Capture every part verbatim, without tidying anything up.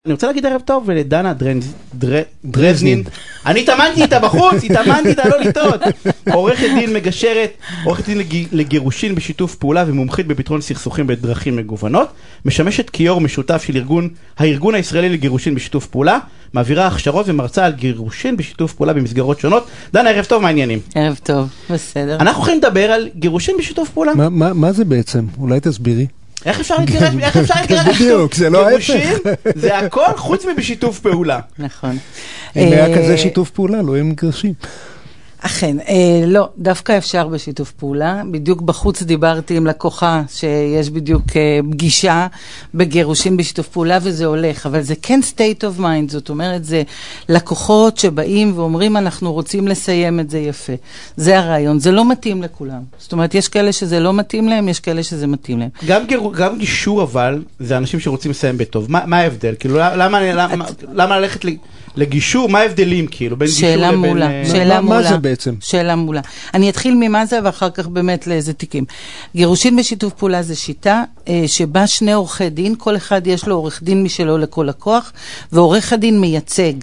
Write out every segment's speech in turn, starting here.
אני רוצה להגיד ערב טוב לדנה דרזנין. אני התאמנתי איתה בחוץ, התאמנתי איתה לא לטעות. עורכת דין מגשרת, עורכת דין לגירושין בשיתוף פעולה ומומחית בפתרון סכסוכים בדרכים מגוונות, משמשת כיו"ר משותף של ארגון, הארגון הישראלי לגירושין בשיתוף פעולה, מעבירה הכשרות ומרצה על גירושין בשיתוף פעולה במסגרות שונות. דנה, ערב טוב, מה העניינים? ערב טוב, בסדר. אנחנו יכולים לדבר על גירושין בשיתוף פעולה. מה, מה, מה זה בעצם? אולי תסבירי. איך אפשר להתגרש? איך אפשר להתגרש? בדיוק, זה לא ההפך. זה הכל חוץ מבשיתוף פעולה. נכון. אם היה כזה שיתוף פעולה, לא הם מתגרשים. אכן, אה, לא, דווקא אפשר בשיתוף פעולה. בדיוק בחוץ דיברתי עם לקוחה שיש בדיוק אה, פגישה בגירושים בשיתוף פעולה וזה הולך, אבל זה כן state of mind, זאת אומרת, זה לקוחות שבאים ואומרים אנחנו רוצים לסיים את זה יפה. זה הרעיון, זה לא מתאים לכולם. זאת אומרת, יש כאלה שזה לא מתאים להם, יש כאלה שזה מתאים להם. גם, גיר, גם גישור אבל, זה אנשים שרוצים לסיים בטוב. מה, מה ההבדל? כאילו, למה, למה, את... למה ללכת לי... לגישור, מה ההבדלים כאילו? בין שאלה מולה, שאלה מולה. מה זה בעצם? שאלה מולה. אני אתחיל ממה זה ואחר כך באמת לאיזה תיקים. גירושין בשיתוף פעולה זה שיטה שבה שני עורכי דין, כל אחד יש לו עורך דין משלו לכל לקוח, ועורך הדין מייצג.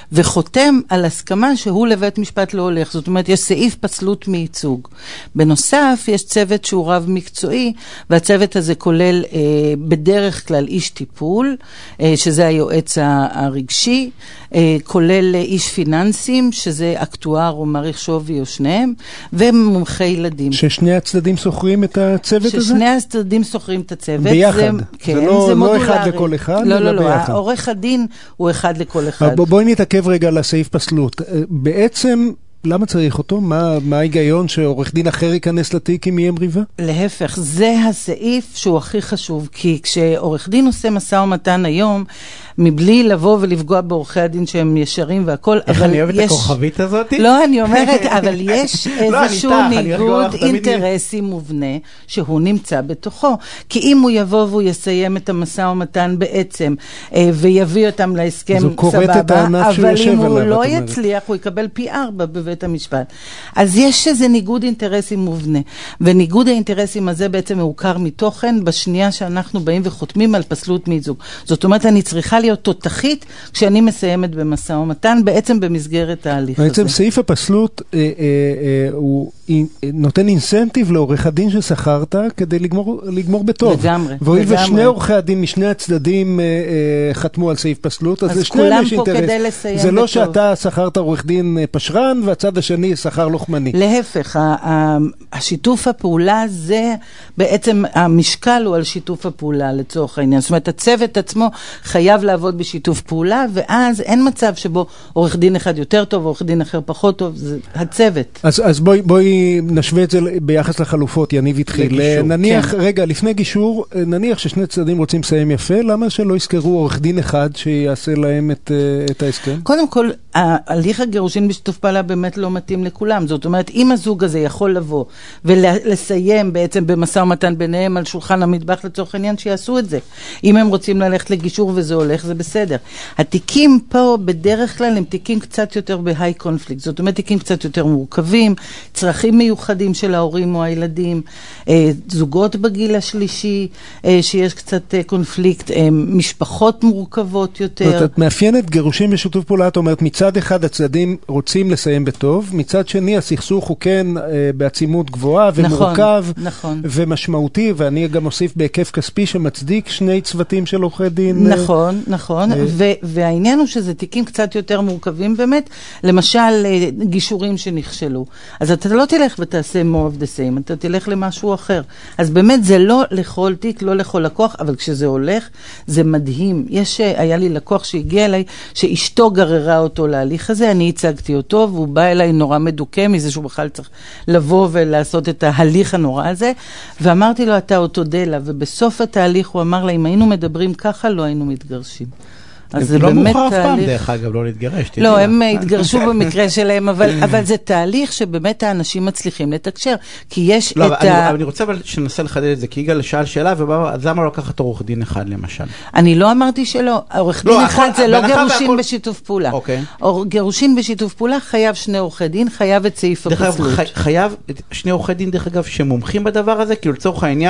וחותם על הסכמה שהוא לבית משפט לא הולך. זאת אומרת, יש סעיף פסלות מייצוג. בנוסף, יש צוות שהוא רב מקצועי, והצוות הזה כולל אה, בדרך כלל איש טיפול, אה, שזה היועץ הרגשי, אה, כולל איש פיננסים, שזה אקטואר או מעריך שווי או שניהם, ומומחי ילדים. ששני הצדדים סוחרים את הצוות הזה? ששני הצדדים סוחרים את הצוות. ביחד? זה, כן, זה לא, זה לא אחד לכל אחד? לא, לא, לא. העורך הדין הוא אחד לכל אחד. בואי נתעכב רגע לסעיף פסלות. בעצם, למה צריך אותו? מה, מה ההיגיון שעורך דין אחר ייכנס לתיק אם יהיה מריבה? להפך, זה הסעיף שהוא הכי חשוב, כי כשעורך דין עושה משא ומתן היום, מבלי לבוא ולפגוע בעורכי הדין שהם ישרים והכל, איך אני אוהבת את הכוכבית הזאת? לא, אני אומרת, אבל יש איזשהו ניגוד אינטרסים מובנה שהוא נמצא בתוכו. כי אם הוא יבוא והוא יסיים את המשא ומתן בעצם, ויביא אותם להסכם סבבה, אבל אם הוא לא יצליח, הוא יקבל פי ארבע בבית המשפט. אז יש איזה ניגוד אינטרסים מובנה, וניגוד האינטרסים הזה בעצם מעוקר מתוכן בשנייה שאנחנו באים וחותמים על פסלות מיזוג. זאת אומרת, אני צריכה להיות תותחית כשאני מסיימת במשא ומתן, בעצם במסגרת ההליך הזה. בעצם סעיף הפסלות אה, אה, אה, הוא נותן אינסנטיב לעורך הדין ששכרת כדי לגמור, לגמור בטוב. לגמרי. והואיל ושני עורכי הדין משני הצדדים אה, אה, חתמו על סעיף פסלות, אז, אז כולם פה כדי לסיים זה בטוב. לא שאתה שכרת עורך דין פשרן והצד השני שכר לוחמני. להפך, השיתוף הפעולה זה בעצם, המשקל הוא על שיתוף הפעולה לצורך העניין. זאת אומרת, הצוות עצמו חייב לעבוד בשיתוף פעולה, ואז אין מצב שבו עורך דין אחד יותר טוב, עורך דין אחר פחות טוב, זה הצוות. אז, אז בואי, בואי נשווה את זה ביחס לחלופות, יניב התחיל. נניח, כן. רגע, לפני גישור, נניח ששני צדדים רוצים לסיים יפה, למה שלא יזכרו עורך דין אחד שיעשה להם את, את ההסכם? קודם כל, ההליך הגירושין בשיתוף פעולה באמת לא מתאים לכולם. זאת אומרת, אם הזוג הזה יכול לבוא ולסיים בעצם במשא ומתן ביניהם על שולחן המטבח לצורך העניין, שיעשו את זה. אם הם רוצים ללכת לגישור וזה הולך, זה בסדר. התיקים פה בדרך כלל הם תיקים קצת יותר בהיי קונפליקט. זאת אומרת, תיקים קצת יותר מורכבים, צרכים מיוחדים של ההורים או הילדים, זוגות בגיל השלישי, שיש קצת קונפליקט, משפחות מורכבות יותר. את מאפיינת גירושים בשיתוף פעולה, את אומרת, מצד אחד הצדדים רוצים לסיים בטוב, מצד שני הסכסוך הוא כן בעצימות גבוהה ומורכב נכון, ומשמעותי, ואני גם אוסיף בהיקף כספי שמצדיק שני צוותים של עורכי דין. נכון, נכון, והעניין הוא שזה תיקים קצת יותר מורכבים באמת, למשל גישורים שנכשלו. אז אתה לא תלך ותעשה more of the same, אתה תלך למשהו אחר. אז באמת זה לא לכל תיק, לא לכל לקוח, אבל כשזה הולך, זה מדהים. יש, היה לי לקוח שהגיע אליי, שאשתו גררה אותו להליך הזה, אני הצגתי אותו, והוא בא אליי נורא מדוקה, מזה שהוא בכלל צריך לבוא ולעשות את ההליך הנורא הזה, ואמרתי לו, אתה אוטודלה, ובסוף התהליך הוא אמר לה, אם היינו מדברים ככה, לא היינו מתגרשים. אז זה לא מאוחר אף פעם, דרך אגב, לא להתגרש. לא, הם התגרשו במקרה שלהם, אבל זה תהליך שבאמת האנשים מצליחים לתקשר, כי יש את ה... לא, אני רוצה אבל שנסה לחדד את זה, כי יגאל שאל שאלה, אז למה לא לקחת עורך דין אחד למשל? אני לא אמרתי שלא, עורך דין אחד זה לא גירושין בשיתוף פעולה. גירושין בשיתוף פעולה חייב שני עורכי דין, חייב את סעיף הפסלות. חייב שני עורכי דין, דרך אגב, שמומחים בדבר הזה, כאילו לצורך העניין,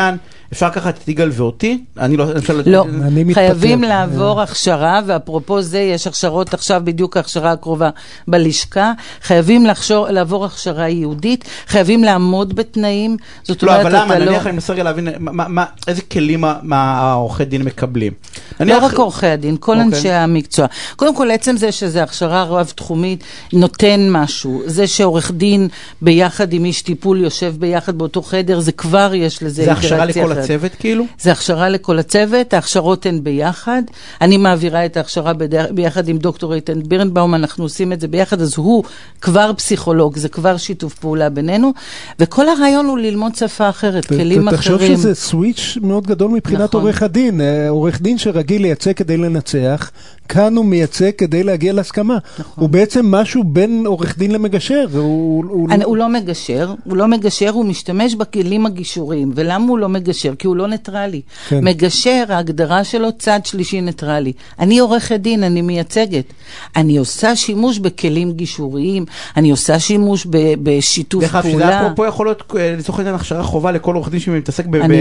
אפשר לקחת את יגאל ואותי? אני לא, לא, חייבים לעבור הכשרה, ואפרופו זה, יש הכשרות עכשיו, בדיוק ההכשרה הקרובה בלשכה, חייבים לעבור הכשרה יהודית, חייבים לעמוד בתנאים, זאת אומרת, לא, אבל למה? נניח, אני מנסה להבין, איזה כלים העורכי דין מקבלים? לא רק עורכי הדין, כל אנשי המקצוע. קודם כל, עצם זה שזה הכשרה רב-תחומית, נותן משהו. זה שעורך דין ביחד עם איש טיפול יושב ביחד באותו חדר, זה כבר יש לזה זה הכשרה לכל הצוות כאילו? זה הכשרה לכל הצוות, ההכשרות הן ביחד. אני מעבירה את ההכשרה ביחד עם דוקטור איתן בירנבאום, אנחנו עושים את זה ביחד, אז הוא כבר פסיכולוג, זה כבר שיתוף פעולה בינינו, וכל הרעיון הוא ללמוד שפה אחרת, כלים אחרים. תחשוב שזה סוויץ' מאוד גדול מבחינת עורך הדין. עורך דין שרגיל לייצא כדי לנצח, כאן הוא מייצא כדי להגיע להסכמה. הוא בעצם משהו בין עורך דין למגשר. הוא לא מגשר, הוא לא מגשר, הוא משתמש בכלים הגישוריים. ולמה הוא לא מגשר? כי הוא לא ניטרלי. מגשר, ההגדרה שלו צד שלישי ניטרלי. אני עורכת דין, אני מייצגת. אני עושה שימוש בכלים גישוריים, אני עושה שימוש בשיתוף פעולה. דרך אגב, שזה פה יכול להיות, לצורך העניין, הכשרה חובה לכל עורך דין שמתעסק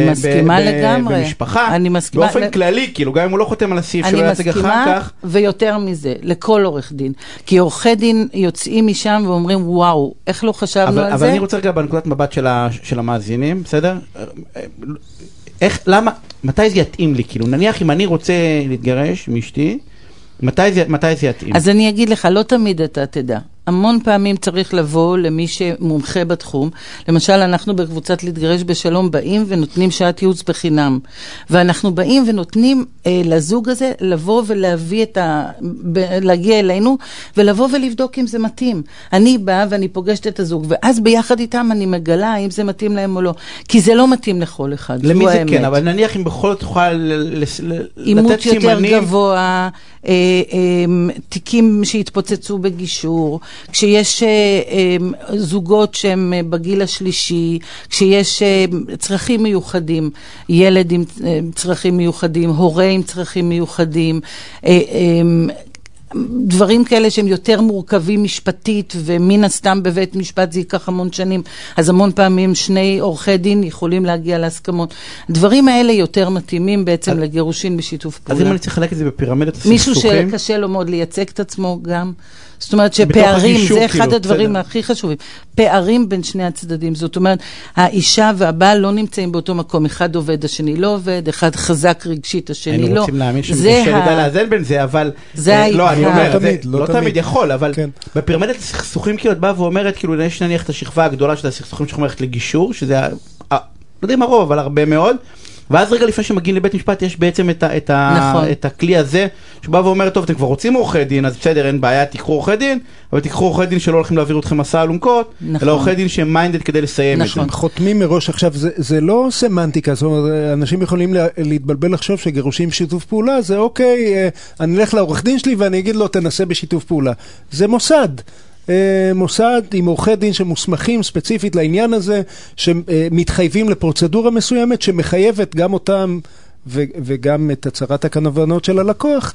במשפחה. באופן כללי, כאילו, גם אם הוא לא חותם על הסעיף שלא יצג אחר כך. ויותר מזה, לכל עורך דין. כי עורכי דין יוצאים משם ואומרים, וואו, איך לא חשבנו אבל, על אבל זה? אבל אני רוצה רגע בנקודת מבט של, ה, של המאזינים, בסדר? איך, למה, מתי זה יתאים לי? כאילו, נניח אם אני רוצה להתגרש מאשתי, מתי זה, מתי זה יתאים? אז אני אגיד לך, לא תמיד אתה תדע. המון פעמים צריך לבוא למי שמומחה בתחום. למשל, אנחנו בקבוצת להתגרש בשלום באים ונותנים שעת ייעוץ בחינם. ואנחנו באים ונותנים אה, לזוג הזה לבוא ולהביא את ה... ב, להגיע אלינו, ולבוא ולבדוק אם זה מתאים. אני באה ואני פוגשת את הזוג, ואז ביחד איתם אני מגלה אם זה מתאים להם או לא. כי זה לא מתאים לכל אחד. למי זה האמת. כן, אבל נניח אם בכל זאת תוכל ל- ל- אימות לתת יותר סימנים... גבוה, אה, אה, תיקים שהתפוצצו בגישור, כשיש אה, אה, זוגות שהם אה, בגיל השלישי, כשיש אה, צרכים מיוחדים, ילד עם אה, צרכים מיוחדים, הורה עם צרכים מיוחדים, אה, אה, דברים כאלה שהם יותר מורכבים משפטית, ומן הסתם בבית משפט זה ייקח המון שנים, אז המון פעמים שני עורכי דין יכולים להגיע להסכמות. דברים האלה יותר מתאימים בעצם אז, לגירושין בשיתוף פעולה. אז אם אני צריך לחלק את זה בפירמידת הסכסוכים... מישהו שקשה לו מאוד לייצג את עצמו גם... זאת אומרת שפערים, זה אחד כאילו, הדברים בסדר. הכי חשובים. פערים בין שני הצדדים. זאת אומרת, האישה והבעל לא נמצאים באותו מקום. אחד עובד, השני לא עובד, אחד חזק רגשית, השני לא. היינו רוצים להאמין שמקשה לדע לאזן בין זה, אבל... זה העיקר. לא, אני אומר, לא תמיד, לא, לא תמיד יכול, אבל כן. בפירמידת הסכסוכים כאילו את באה ואומרת, כאילו יש נניח את השכבה הגדולה של הסכסוכים שאנחנו הולכת לגישור, שזה, לא יודעים הרוב, אבל הרבה מאוד, ואז רגע לפני שמגיעים לבית משפט יש בעצם את, ה, את, ה, נכון. את הכלי הזה שבא ואומר, טוב, אתם כבר רוצים עורכי דין, אז בסדר, אין בעיה, תיקחו עורכי דין, אבל תיקחו עורכי דין שלא הולכים להעביר אתכם מסע אלונקות, נכון. אלא עורכי דין שהם מיינדד כדי לסיים נכון. את זה. חותמים מראש. עכשיו, זה, זה לא סמנטיקה, זאת אומרת, אנשים יכולים לה, להתבלבל לחשוב שגירושים בשיתוף פעולה, זה אוקיי, אני אלך לעורך דין שלי ואני אגיד לו, תנסה בשיתוף פעולה. זה מוסד. מוסד עם עורכי דין שמוסמכים ספציפית לעניין הזה, שמתחייבים לפרוצדורה מסוימת, שמחייבת גם אותם וגם את הצהרת הכוונות של הלקוח,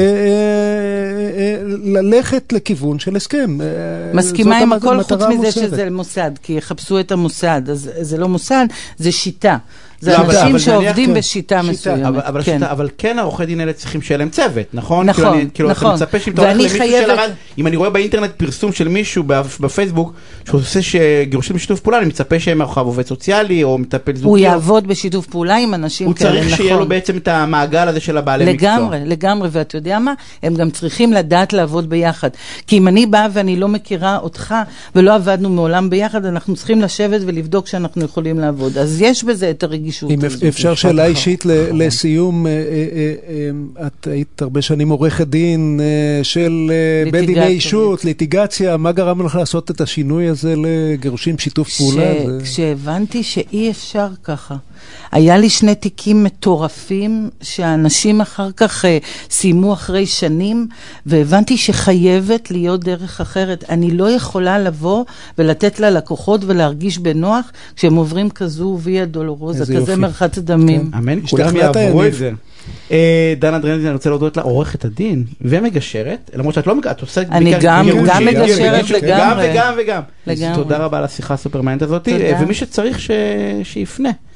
ללכת לכיוון של הסכם. מסכימה עם הכל חוץ מזה שזה מוסד, כי יחפשו את המוסד, אז זה לא מוסד, זה שיטה. זה אנשים שעובדים בשיטה מסוימת. אבל כן העורכי דין האלה צריכים שיהיה להם צוות, נכון? נכון, נכון. אם אני רואה באינטרנט פרסום של מישהו בפייסבוק, שעושה שגירושים בשיתוף פעולה, אני מצפה שהם מאחוריו עובד סוציאלי, או מטפל זוגי. הוא יעבוד בשיתוף פעולה עם אנשים כאלה, נכון. הוא צריך שיהיה לו בעצם את המעגל הזה של הבעלי מקצוע. לגמרי, לגמרי, ואתה יודע מה? הם גם צריכים לדעת לעבוד ביחד. כי אם אני באה ואני לא מכירה אותך, ולא עבדנו מעולם ביחד, אנחנו צריכים לשבת ולבדוק שאנחנו יכולים לעבוד. אז יש בזה את הרגישות. אם אפשר שאלה אישית לסיום, את היית הרבה שנים עורכת דין של בית דיני אישות, ליטיגציה, מה גרם לך לעשות את השינוי הזה לגירושים בשיתוף פעולה? כשהבנתי שאי אפשר ככה. היה לי שני תיקים מטורפים שהאנשים אחר כך סיימו אחרי שנים, והבנתי שחייבת להיות דרך אחרת. אני לא יכולה לבוא ולתת ללקוחות ולהרגיש בנוח כשהם עוברים כזו ויה דולורוזה, כזה מרחץ דמים. אמן, כולם יעברו את זה. דנה דרנזין, אני רוצה להודות לה, עורכת הדין ומגשרת, למרות שאת לא מגשרת, את עושה אני גם מגשרת לגמרי. וגם וגם וגם. תודה רבה על השיחה הסופר מעניינת הזאת, ומי שצריך שיפנה.